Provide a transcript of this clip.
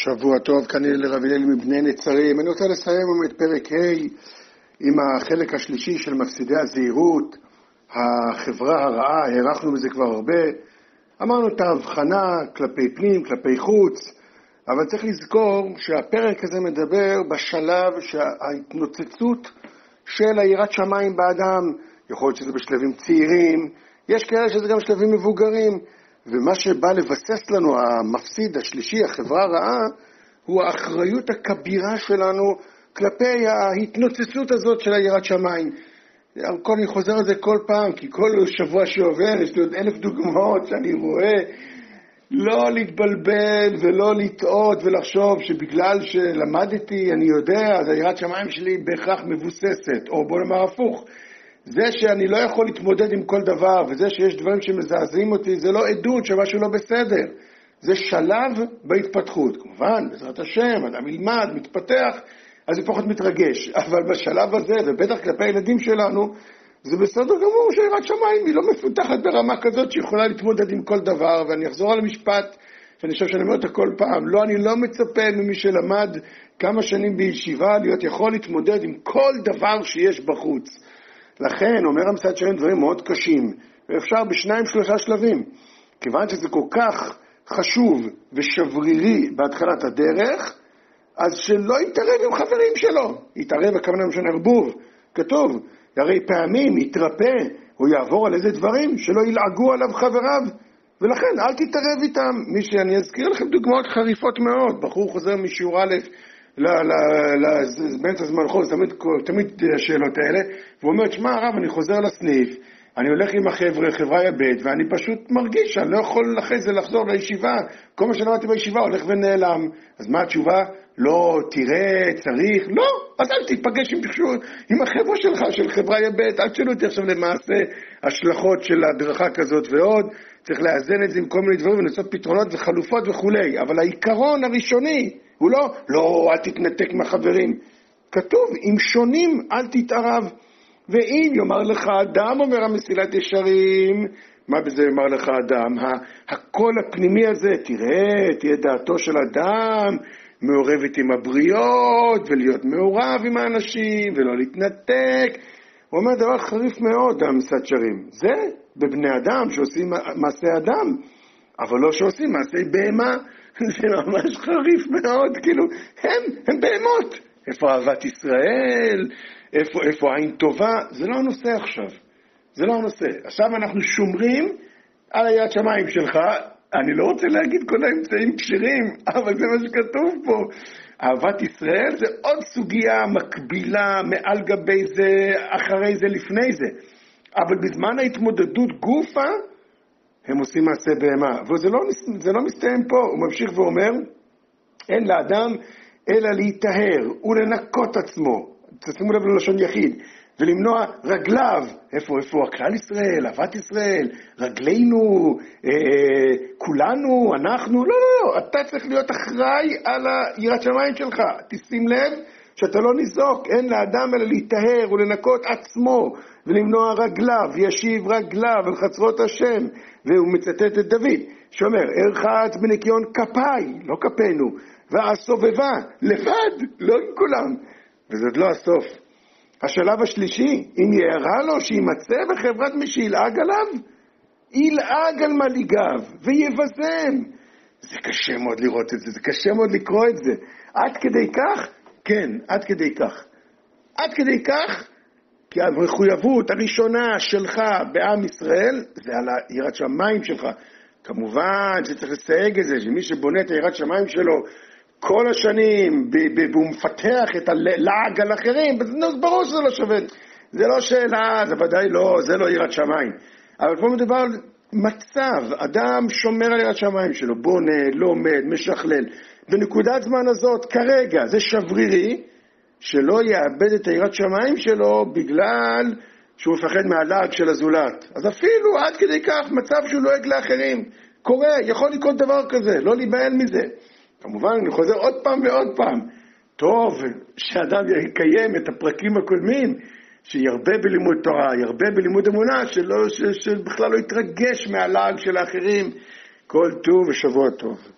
שבוע טוב, כאן לרב הלל מבני נצרים. אני רוצה לסיים את פרק ה' עם החלק השלישי של מפסידי הזהירות, החברה הרעה. הערכנו בזה כבר הרבה. אמרנו את ההבחנה כלפי פנים, כלפי חוץ, אבל צריך לזכור שהפרק הזה מדבר בשלב שההתנוצצות של היראת שמיים באדם, יכול להיות שזה בשלבים צעירים, יש כאלה שזה גם שלבים מבוגרים, ומה שבא לבסס לנו המפסיד השלישי, החברה הרעה, הוא האחריות הכבירה שלנו כלפי ההתנוצצות הזאת של היראת שמיים. אני חוזר על זה כל פעם, כי כל שבוע שעובר יש לי עוד 1000 דוגמאות שאני רואה. לא להתבלבל ולא לטעות ולחשוב שבגלל שלמדתי אני יודע, אז היראת שמיים שלי בהכרח מבוססת, או בוא נאמר הפוך. זה שאני לא יכול להתמודד עם כל דבר, וזה שיש דברים שמזעזעים אותי, זה לא עדות שמשהו לא בסדר. זה שלב בהתפתחות. כמובן, בעזרת השם, אדם ילמד, מתפתח, אז הוא פחות מתרגש. אבל בשלב הזה, ובטח כלפי הילדים שלנו, זה בסדר גמור שיראת שמיים היא לא מפותחת ברמה כזאת שיכולה להתמודד עם כל דבר. ואני אחזור על המשפט, שאני חושב שאני אומר אותה כל פעם, לא, אני לא מצפה ממי שלמד כמה שנים בישיבה, להיות יכול להתמודד עם כל דבר שיש בחוץ. לכן, אומר המסעד שלהם דברים מאוד קשים, ואפשר ב2-3 שלבים. כיוון שזה כל כך חשוב ושברירי בהתחלת הדרך, אז שלא יתערב עם חברים שלו. יתערב, הכוונה משנה ערבוב. כתוב, הרי פעמים יתרפא, הוא יעבור על איזה דברים שלא ילעגו עליו חבריו. ולכן, אל תתערב איתם. אני אזכיר לכם דוגמאות חריפות מאוד. בחור חוזר משיעור א', באמצע הזמן חוז, תמיד השאלות האלה, והוא אומר, שמע הרב, אני חוזר לסניף, אני הולך עם חברה יבד, ואני פשוט מרגיש שאני לא יכול אחרי זה לחזור לישיבה, כל מה שלמדתי בישיבה הולך ונעלם. אז מה התשובה? לא, תראה, צריך, לא, אז אל תיפגש עם החברה שלך, של חברה יבד, אל תשאלו אותי עכשיו למעשה השלכות של הדרכה כזאת ועוד, צריך לאזן את זה עם כל מיני דברים ולנסות פתרונות וחלופות וכו'. אבל העיקרון הראשוני הוא לא, אל תתנתק מהחברים. כתוב, אם שונים אל תתערב. ואם יאמר לך אדם, אומר המסילת ישרים, מה בזה יאמר לך אדם? הקול הפנימי הזה, תהיה דעתו של אדם, מעורבת עם הבריות, ולהיות מעורב עם האנשים, ולא להתנתק. הוא אומר דבר חריף מאוד, המסילת ישרים. זה בבני אדם שעושים מעשי אדם, אבל לא שעושים מעשי בהמה. זה ממש חריף מאוד, כאילו, הם בהמות. איפה אהבת ישראל? איפה עין טובה? זה לא הנושא עכשיו. זה לא הנושא. עכשיו אנחנו שומרים על היראת שמיים שלך. אני לא רוצה להגיד כל האמצעים כשרים, אבל זה מה שכתוב פה. אהבת ישראל זה עוד סוגיה מקבילה מעל גבי זה, אחרי זה, לפני זה. אבל בזמן ההתמודדות גופה, הם עושים מעשה בהמה. וזה לא מסתיים פה. הוא ממשיך ואומר, אין לאדם אלא להיטהר ולנקות עצמו. תשימו לב ללשון יחיד. ולמנוע רגליו. איפה הכלל ישראל, אהבת ישראל, רגלינו, כולנו, אנחנו. לא. אתה צריך להיות אחראי על היראת שמיים שלך. תשים לב שאתה לא ניזוק. אין לאדם אלא להיטהר ולנקות עצמו. ולמנוע רגליו, ישיב רגליו על חצרות השם. והוא מצטט את דוד, שאומר, ארחץ בניקיון כפיי, לא כפינו, והסובבה, לבד, לא עם כולם. וזה לא הסוף. השלב השלישי, אם יערה לו שימצא בחברת מי שילעג עליו, ילעג על מליגיו, ויבזם. זה קשה מאוד לראות את זה, זה קשה מאוד לקרוא את זה. עד כדי כך? כן, עד כדי כך. עד כדי כך, כי המחויבות הראשונה שלך בעם ישראל, זה על היראת שמיים שלך. כמובן שצריך לסייג את זה, שמי שבונה את היראת שמיים שלו כל השנים, והוא מפתח את הלעג על אחרים, אז ברור שזה לא שווה. זה לא שאלה, זה ודאי לא, זה לא יראת שמיים. אבל פה מדובר על מצב, אדם שומר על יראת שמיים שלו, בונה, לומד, משכלל. בנקודת זמן הזאת, כרגע, זה שברירי, שלא יאבד את היראת שמיים שלו בגלל שהוא מפחד מהלעג של הזולת. אז אפילו עד כדי כך מצב שהוא לועג לאחרים. קורה, יכול לקרות דבר כזה, לא להיבהל מזה. כמובן, אני חוזר עוד פעם ועוד פעם. טוב שאדם יקיים את הפרקים הקודמים, שירבה בלימוד תורה, ירבה בלימוד אמונה, שבכלל לא יתרגש מהלעג של האחרים. כל טוב ושבוע טוב.